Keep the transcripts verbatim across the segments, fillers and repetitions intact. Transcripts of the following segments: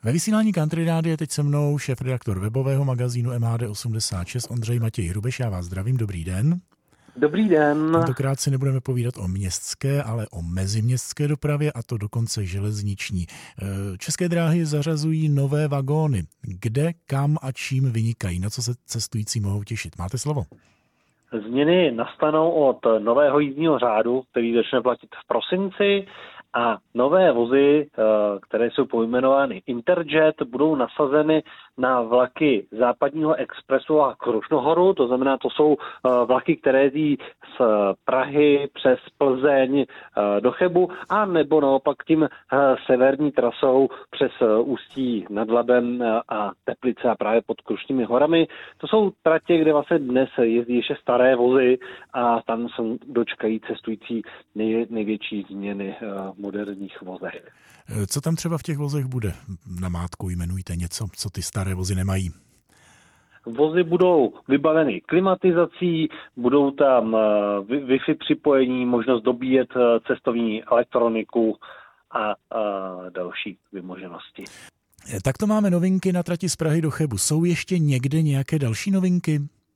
Ve vysílání Country Rádia je teď se mnou šéfredaktor webového magazínu M H D osmdesát šest Ondřej Matěj Hrubeš. Já vás zdravím, dobrý den. Dobrý den. Tentokrát si nebudeme povídat o městské, ale o meziměstské dopravě, a to dokonce železniční. České dráhy zařazují nové vagóny. Kde, kam a čím vynikají? Na co se cestující mohou těšit? Máte slovo. Změny nastanou od nového jízdního řádu, který začne platit v prosinci, a nové vozy, které jsou pojmenovány Interjet, budou nasazeny na vlaky Západního expresu a Krušnohoru. To znamená, to jsou vlaky, které jezdí z Prahy přes Plzeň do Chebu, a nebo naopak tím severní trasou přes Ústí nad Labem a Teplice a právě pod Krušnými horami. To jsou tratě, kde vlastně dnes jezdí ještě staré vozy a tam se dočkají cestující nej, největší změny v moderních vozech. Co tam třeba v těch vozech bude? Namátkou jmenujte něco, co ty staré vozy nemají. Vozy budou vybaveny klimatizací, budou tam Wi-Fi připojení, možnost dobíjet cestovní elektroniku a, a další vymoženosti. Tak to máme novinky na trati z Prahy do Chebu. Jsou ještě někde nějaké další novinky?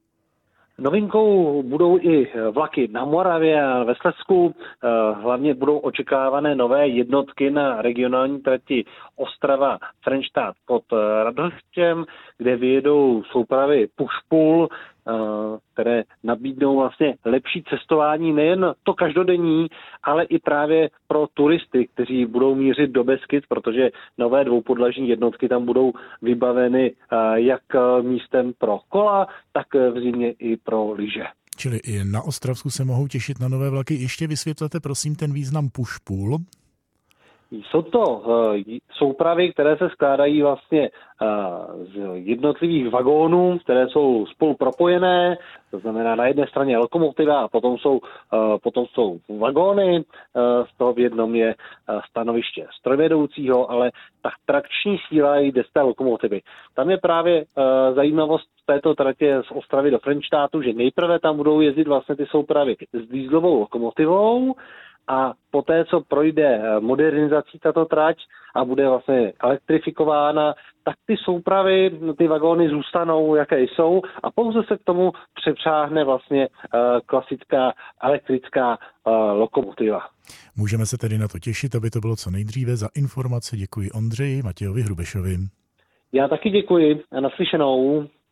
Novinkou budou i vlaky na Moravě a ve Slezsku. Hlavně budou očekávané nové jednotky na regionální trati Ostrava-Frenštát pod Radhoštěm, kde vyjedou soupravy push-pull, které nabídnou vlastně lepší cestování, nejen to každodenní, ale i právě pro turisty, kteří budou mířit do Beskyd, protože nové dvoupodlažní jednotky tam budou vybaveny jak místem pro kola, tak v zimě i pro lyže. Čili i na Ostravsku se mohou těšit na nové vlaky. Ještě vysvětlete prosím ten význam push-pull. Jsou to uh, soupravy, které se skládají vlastně uh, z jednotlivých vagónů, které jsou spolu propojené, to znamená na jedné straně lokomotiva a potom jsou, uh, potom jsou vagóny, uh, z toho v jednom je uh, stanoviště strojvedoucího, ale ta trakční síla jde z té lokomotivy. Tam je právě uh, zajímavost této tratě z Ostravy do Frenštátu, že nejprve tam budou jezdit vlastně ty soupravy s dieselovou lokomotivou, a poté, co projde modernizací tato trať a bude vlastně elektrifikována, tak ty soupravy, ty vagóny zůstanou, jaké jsou, a pouze se k tomu přepřáhne vlastně klasická elektrická lokomotiva. Můžeme se tedy na to těšit, aby to bylo co nejdříve. Za informace děkuji Ondřeji Matějovi Hrubešovi. Já taky děkuji a naslyšenou.